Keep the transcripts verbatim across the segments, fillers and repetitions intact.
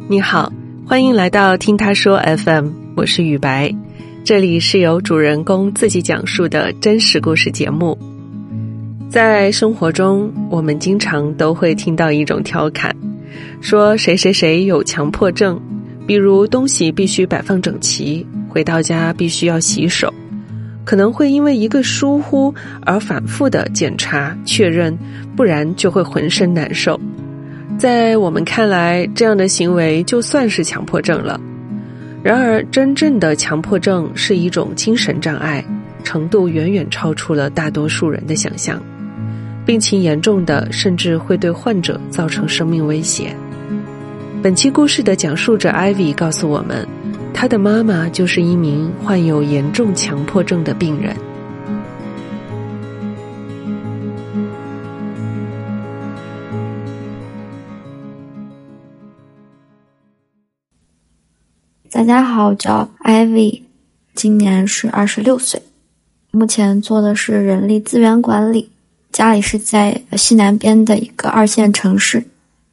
你好，欢迎来到听他说 F M， 我是雨白，这里是由主人公自己讲述的真实故事节目。在生活中，我们经常都会听到一种调侃，说谁谁谁有强迫症，比如东西必须摆放整齐，回到家必须要洗手，可能会因为一个疏忽而反复的检查确认，不然就会浑身难受。在我们看来，这样的行为就算是强迫症了。然而，真正的强迫症是一种精神障碍，程度远远超出了大多数人的想象，病情严重的甚至会对患者造成生命威胁。本期故事的讲述者 Ivy 告诉我们，她的妈妈就是一名患有严重强迫症的病人。 大家好，我叫 Ivy， 今年是二十六岁，目前做的是人力资源管理，家里是在西南边的一个二线城市。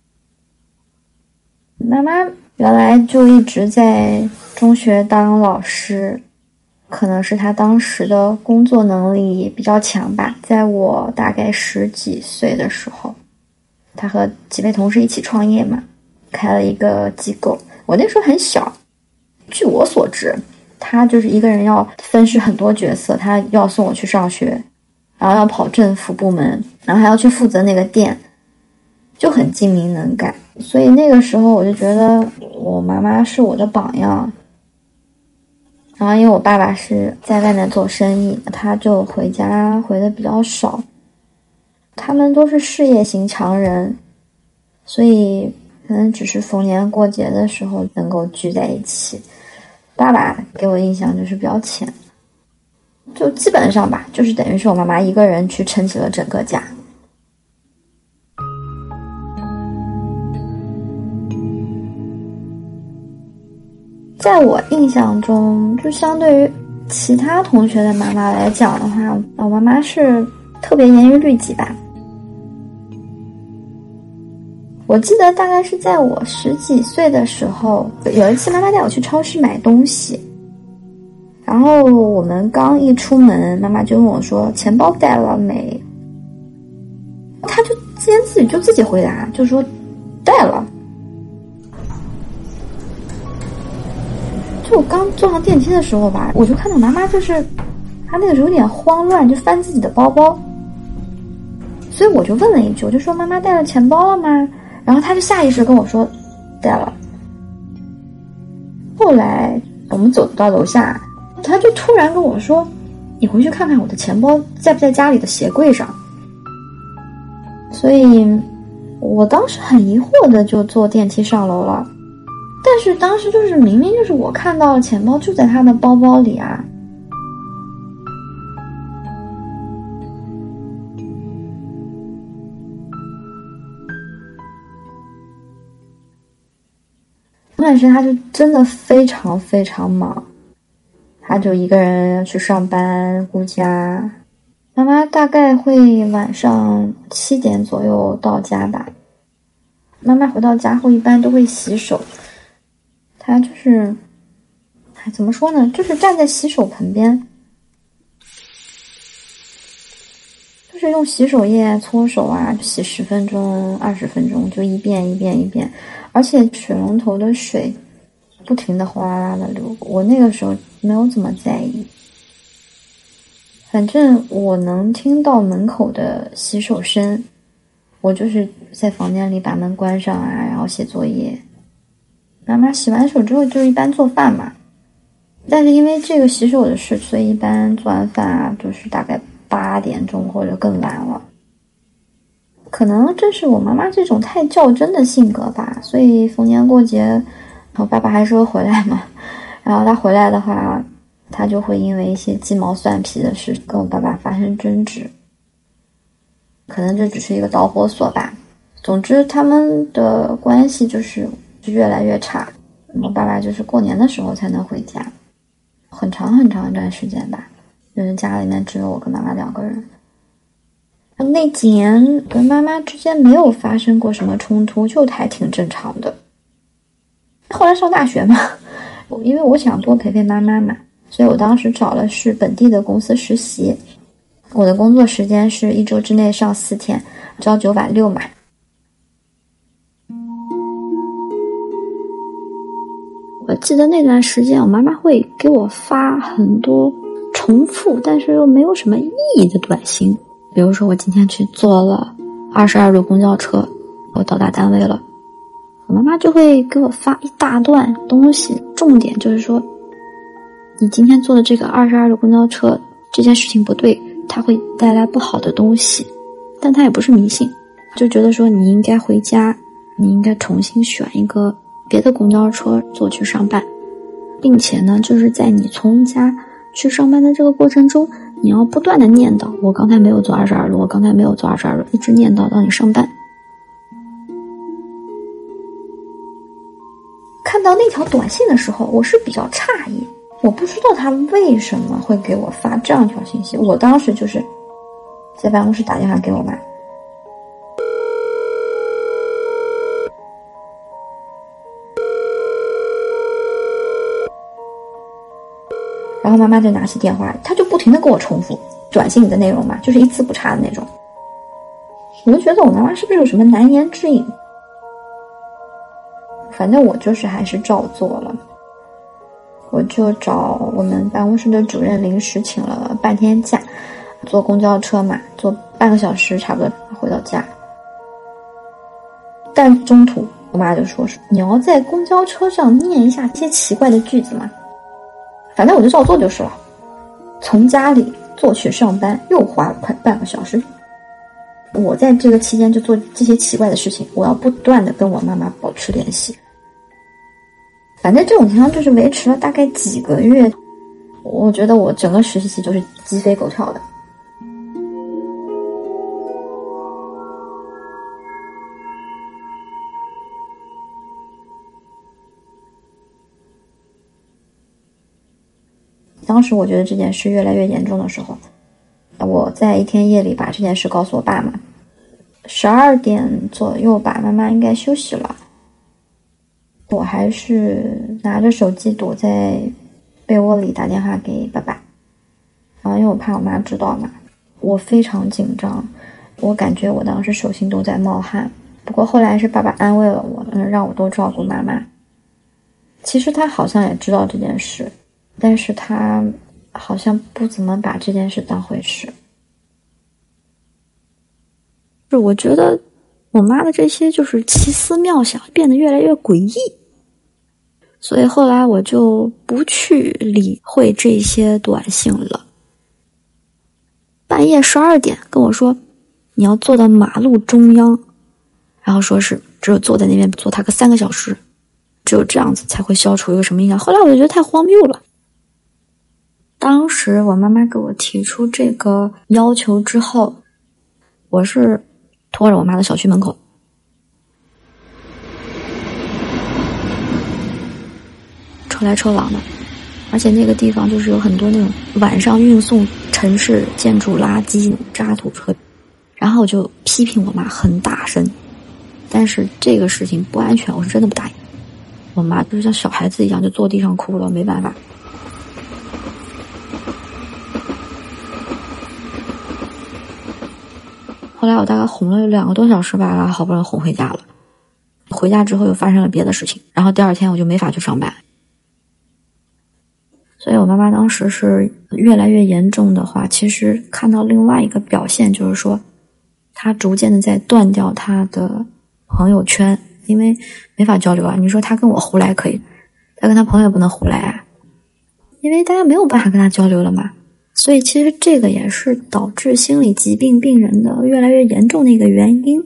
妈妈原来就一直在中学当老师，可能是她当时的工作能力比较强吧。在我大概十几岁的时候，她和几位同事一起创业嘛，开了一个机构。我那时候很小，据我所知，他就是一个人要分饰很多角色，他要送我去上学，然后要跑政府部门，然后还要去负责那个店，就很精明能干。所以那个时候我就觉得我妈妈是我的榜样。然后因为我爸爸是在外面做生意，他就回家回的比较少，他们都是事业型强人，所以可能只是逢年过节的时候能够聚在一起。爸爸给我印象就是比较浅，就基本上吧，就是等于是我妈妈一个人去撑起了整个家。在我印象中，就相对于其他同学的妈妈来讲的话，我妈妈是特别严于律己吧。我记得大概是在我十几岁的时候，有一次妈妈带我去超市买东西，然后我们刚一出门，妈妈就问我说钱包带了没，她就自言自语就自己回答，就说带了。就我刚坐上电梯的时候吧，我就看到妈妈就是她那个时候有点慌乱，就翻自己的包包，所以我就问了一句，我就说妈妈带了钱包了吗？然后他就下意识跟我说带了。后来我们走到楼下，他就突然跟我说你回去看看我的钱包在不在家里的鞋柜上。所以我当时很疑惑的就坐电梯上楼了，但是当时就是明明就是我看到了钱包就在他的包包里啊。但是他就真的非常非常忙，他就一个人去上班顾家。妈妈大概会晚上七点左右到家吧。妈妈回到家后一般都会洗手，他就是怎么说呢，就是站在洗手盆边，就是用洗手液搓手啊，洗十分钟二十分钟，就一遍一遍一遍，而且水龙头的水不停的哗啦啦的流。我那个时候没有怎么在意，反正我能听到门口的洗手声，我就是在房间里把门关上啊，然后写作业。妈妈洗完手之后就一般做饭嘛，但是因为这个洗手的事，所以一般做完饭啊就是大概八点钟或者更晚了。可能这是我妈妈这种太较真的性格吧，所以逢年过节我爸爸还是会回来嘛，然后他回来的话，他就会因为一些鸡毛蒜皮的事跟我爸爸发生争执，可能这只是一个导火索吧。总之他们的关系就是越来越差，我爸爸就是过年的时候才能回家，很长很长一段时间吧，就是家里面只有我跟妈妈两个人。那几年跟妈妈之间没有发生过什么冲突，就还挺正常的。 后来上大学嘛，因为我想多陪陪妈妈嘛，所以我当时找了是本地的公司实习。我的工作时间是一周之内上四天，朝九晚六嘛。我记得那段时间，我妈妈会给我发很多重复但是又没有什么意义的短信。比如说我今天去坐了二十二路公交车，我到达单位了，我妈妈就会给我发一大段东西，重点就是说你今天坐的这个二十二路公交车这件事情不对，它会带来不好的东西。但它也不是迷信，就觉得说你应该回家，你应该重新选一个别的公交车坐去上班，并且呢就是在你从家去上班的这个过程中，你要不断的念叨我刚才没有坐二十二路，我刚才没有坐二十二路，一直念叨到你上班。看到那条短信的时候，我是比较诧异，我不知道他为什么会给我发这样一条信息。我当时就是在办公室打电话给我妈，然后妈妈就拿起电话，她就不停地跟我重复短信里的内容嘛，就是一字不差的那种。我就觉得我妈妈是不是有什么难言之隐，反正我就是还是照做了。我就找我们办公室的主任临时请了半天假，坐公交车嘛，坐半个小时差不多回到家。但中途我妈就说是你要在公交车上念一下这些奇怪的句子嘛，反正我就照做就是了。从家里坐去上班又花了快半个小时，我在这个期间就做这些奇怪的事情，我要不断的跟我妈妈保持联系。反正这种情况就是维持了大概几个月，我觉得我整个实习期就是鸡飞狗跳的。当时我觉得这件事越来越严重的时候，我在一天夜里把这件事告诉我爸妈，十二点左右吧，妈妈应该休息了。我还是拿着手机躲在被窝里打电话给爸爸，然后因为我怕我妈知道嘛，我非常紧张，我感觉我当时手心都在冒汗。不过后来是爸爸安慰了我，嗯，让我多照顾妈妈。其实他好像也知道这件事，但是他好像不怎么把这件事当回事。就我觉得我妈的这些就是奇思妙想变得越来越诡异，所以后来我就不去理会这些短信了。半夜十二点跟我说你要坐到马路中央，然后说是只有坐在那边坐他个三个小时，只有这样子才会消除一个什么印象。后来我就觉得太荒谬了。当时我妈妈给我提出这个要求之后，我是拖着我妈的小区门口，车来车往的，而且那个地方就是有很多那种晚上运送城市建筑垃圾渣土车，然后我就批评我妈很大声，但是这个事情不安全，我是真的不答应。我妈就像小孩子一样就坐地上哭了，没办法。后来我大概哄了两个多小时吧，然后好不容易哄回家了。回家之后又发生了别的事情，然后第二天我就没法去上班。所以我妈妈当时是越来越严重的话，其实看到另外一个表现，就是说她逐渐的在断掉她的朋友圈，因为没法交流啊。你说她跟我胡来可以，她跟她朋友不能胡来啊，因为大家没有办法跟她交流了嘛。所以其实这个也是导致心理疾病病人的越来越严重的一个原因。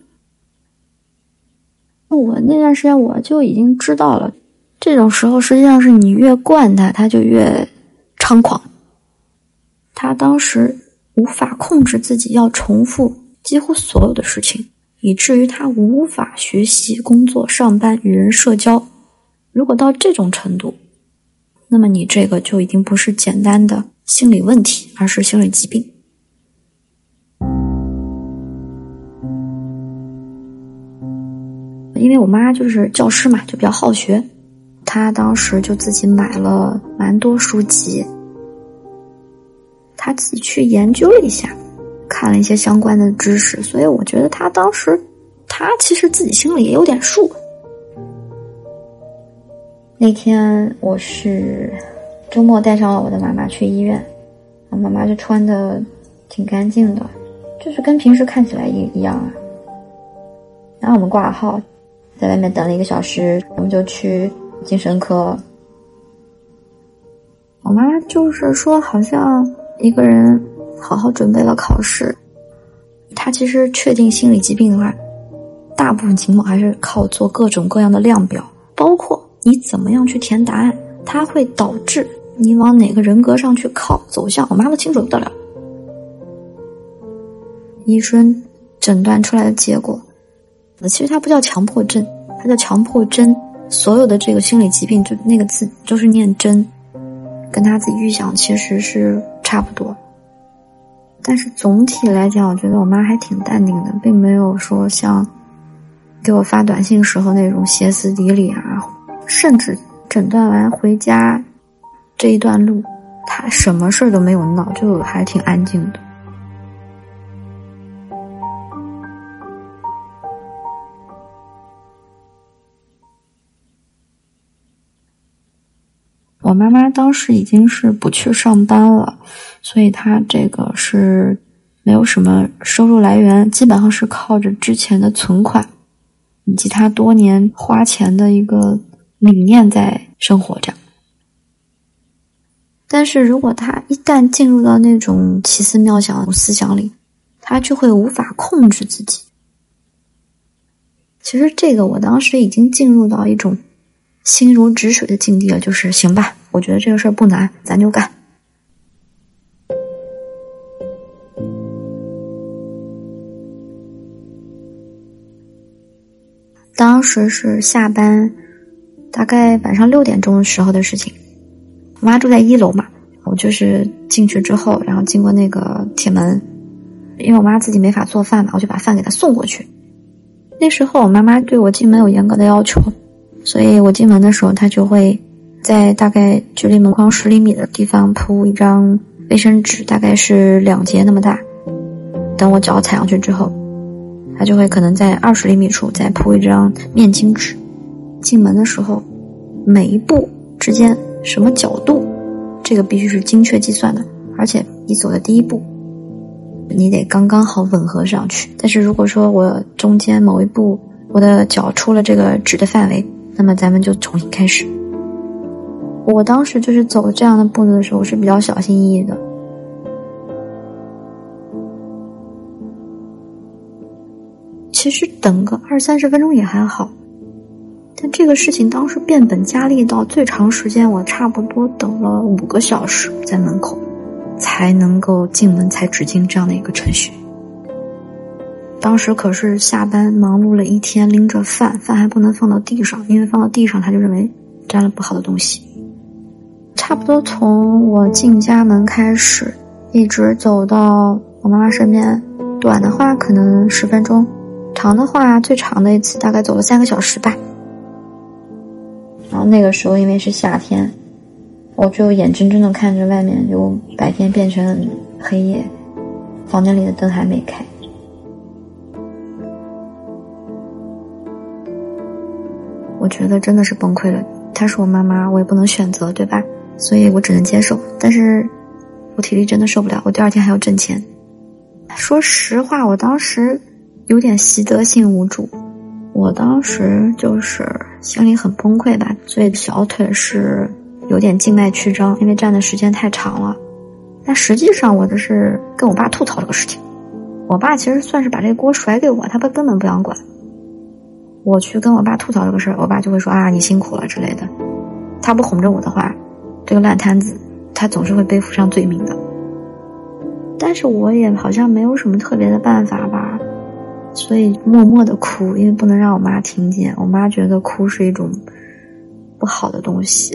我那段时间我就已经知道了，这种时候实际上是你越惯他，他就越猖狂。他当时无法控制自己要重复几乎所有的事情，以至于他无法学习、工作、上班、与人社交。如果到这种程度，那么你这个就已经不是简单的心理问题，而是心理疾病。因为我妈就是教师嘛，就比较好学， 他当时就自己买了蛮多书籍，他自己去研究了一下，看了一些相关的知识，所以我觉得他当时他其实自己心里也有点数。那天我是周末带上了我的妈妈去医院，我妈妈就穿的挺干净的，就是跟平时看起来一一样啊。然后我们挂了号，在外面等了一个小时，我们就去精神科。我妈就是说好像一个人好好准备了考试，她其实确定心理疾病的话，大部分情况还是靠做各种各样的量表，包括你怎么样去填答案，它会导致你往哪个人格上去靠走向，我妈都清楚不得了。医生诊断出来的结果，其实它不叫强迫症，它叫强迫症。所有的这个心理疾病，就那个字就是念真，跟他自己预想其实是差不多。但是总体来讲，我觉得我妈还挺淡定的，并没有说像给我发短信时候那种歇斯底里啊，甚至诊断完回家这一段路，她什么事都没有闹，就还挺安静的。我妈妈当时已经是不去上班了，所以她这个是没有什么收入来源，基本上是靠着之前的存款以及她多年花钱的一个理念在生活着。但是如果她一旦进入到那种奇思妙想的思想里，她就会无法控制自己。其实这个我当时已经进入到一种心如止水的境地了，就是行吧，我觉得这个事儿不难，咱就干。当时是下班大概晚上六点钟的时候的事情，我妈住在一楼嘛，我就是进去之后，然后经过那个铁门，因为我妈自己没法做饭嘛，我就把饭给她送过去。那时候我妈妈对我进门有严格的要求，所以我进门的时候，她就会在大概距离门框十厘米的地方铺一张卫生纸，大概是两节那么大。等我脚踩上去之后，她就会可能在二十厘米处再铺一张面巾纸。进门的时候，每一步之间什么角度，这个必须是精确计算的，而且你走的第一步你得刚刚好吻合上去。但是如果说我中间某一步我的脚出了这个纸的范围，那么咱们就重新开始。我当时就是走这样的步子的时候，我是比较小心翼翼的。其实等个二三十分钟也还好，但这个事情当时变本加厉到最长时间，我差不多等了五个小时在门口才能够进门才止进这样的一个程序。当时可是下班忙碌了一天，拎着饭，饭还不能放到地上，因为放到地上他就认为沾了不好的东西。差不多从我进家门开始，一直走到我妈妈身边，短的话可能十分钟，长的话最长的一次大概走了三个小时吧。然后那个时候因为是夏天，我就眼睁睁的看着外面由白天变成黑夜，房间里的灯还没开。我觉得真的是崩溃了，她是我妈妈，我也不能选择，对吧？所以我只能接受，但是我体力真的受不了，我第二天还要挣钱。说实话，我当时有点习得性无助，我当时就是心里很崩溃吧，所以小腿是有点静脉曲张，因为站的时间太长了。但实际上我这是跟我爸吐槽这个事情，我爸其实算是把这个锅甩给我，他根本不想管。我去跟我爸吐槽这个事儿，我爸就会说啊你辛苦了之类的。他不哄着我的话，这个烂摊子他总是会背负上罪名的。但是我也好像没有什么特别的办法吧，所以默默的哭，因为不能让我妈听见，我妈觉得哭是一种不好的东西。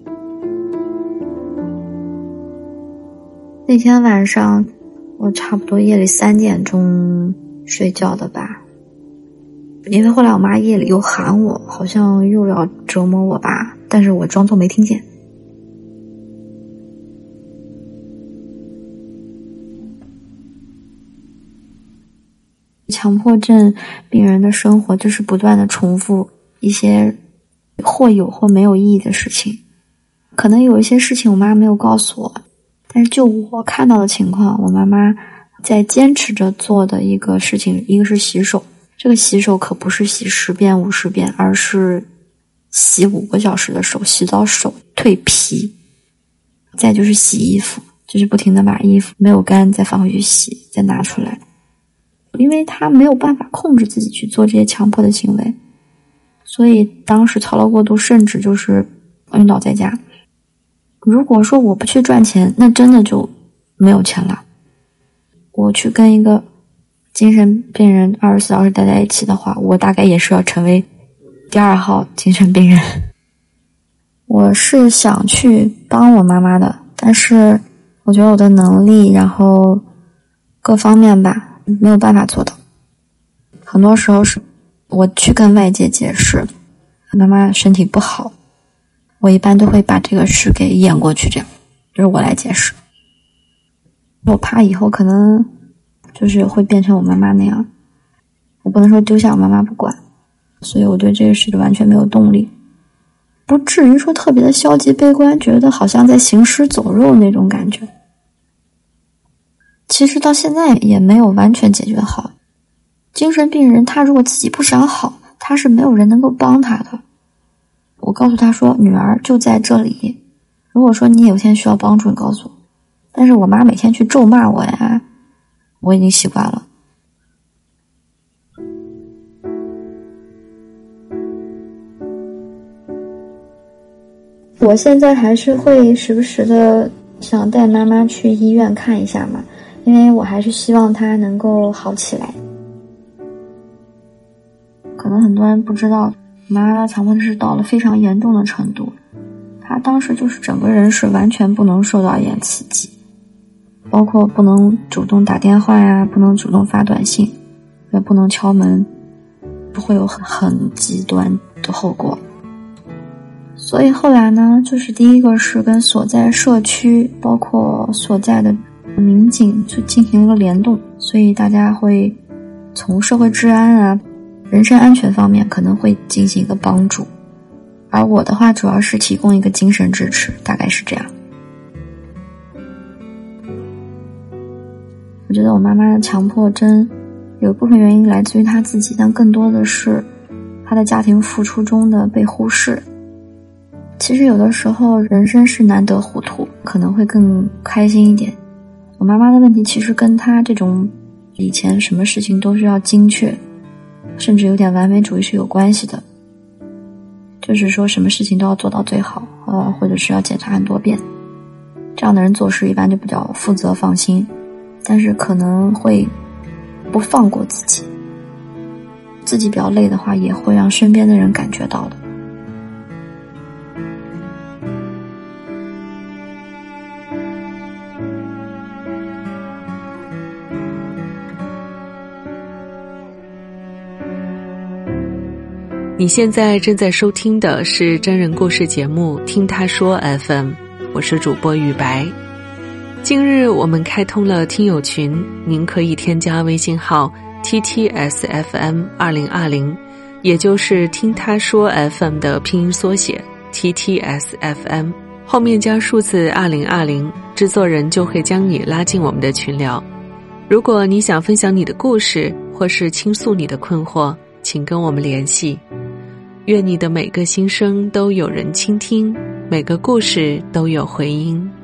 那天晚上我差不多夜里三点钟睡觉的吧，因为后来我妈夜里又喊我，好像又要折磨我吧， 但是我装作没听见。强迫症病人的生活就是不断的重复一些或有或没有意义的事情。可能有一些事情我妈没有告诉我，但是就我看到的情况，我妈妈在坚持着做的一个事情，一个是洗手。这个洗手可不是洗十遍五十遍，而是洗五个小时的手，洗到手蜕皮。再就是洗衣服，就是不停的把衣服没有干再放回去洗，再拿出来。因为他没有办法控制自己去做这些强迫的行为，所以当时操劳过度，甚至就是晕倒在家。如果说我不去赚钱，那真的就没有钱了。我去跟一个精神病人二十四小时待在一起的话，我大概也是要成为第二号精神病人。我是想去帮我妈妈的，但是我觉得我的能力然后各方面吧没有办法做到。很多时候是我去跟外界解释妈妈身体不好，我一般都会把这个事给掩过去，这样就是我来解释。我怕以后可能就是会变成我妈妈那样，我不能说丢下我妈妈不管，所以我对这个事完全没有动力，不至于说特别的消极悲观，觉得好像在行尸走肉那种感觉。其实到现在也没有完全解决好。精神病人他如果自己不想好，他是没有人能够帮他的。我告诉他说，女儿就在这里，如果说你有天需要帮助，你告诉我。但是我妈每天去咒骂我呀，我已经习惯了。我现在还是会时不时的想带妈妈去医院看一下嘛，因为我还是希望她能够好起来。可能很多人不知道，妈妈强迫症是到了非常严重的程度，她当时就是整个人是完全不能受到一点刺激，包括不能主动打电话呀，不能主动发短信，也不能敲门，不会有很很极端的后果。所以后来呢，就是第一个是跟所在社区包括所在的民警去进行一个联动，所以大家会从社会治安啊人身安全方面可能会进行一个帮助，而我的话主要是提供一个精神支持，大概是这样。我觉得我妈妈的强迫症有一部分原因来自于她自己，但更多的是她的家庭付出中的被忽视。其实有的时候人生是难得糊涂，可能会更开心一点。我妈妈的问题其实跟她这种以前什么事情都是要精确，甚至有点完美主义是有关系的，就是说什么事情都要做到最好，呃，或者是要检查很多遍。这样的人做事一般就比较负责放心，但是可能会不放过自己，自己比较累的话也会让身边的人感觉到的。 你现在正在收听的是真人故事节目听他说 F M， 我是主播雨白。近日我们开通了听友群，您可以添加微信号 T T S F M 二零二零， 也就是听他说 F M 的拼音缩写 T T S F M， 后面加数字二零二零，制作人就会将你拉进我们的群聊。如果你想分享你的故事，或是倾诉你的困惑，请跟我们联系。愿你的每个心声都有人倾听，每个故事都有回音。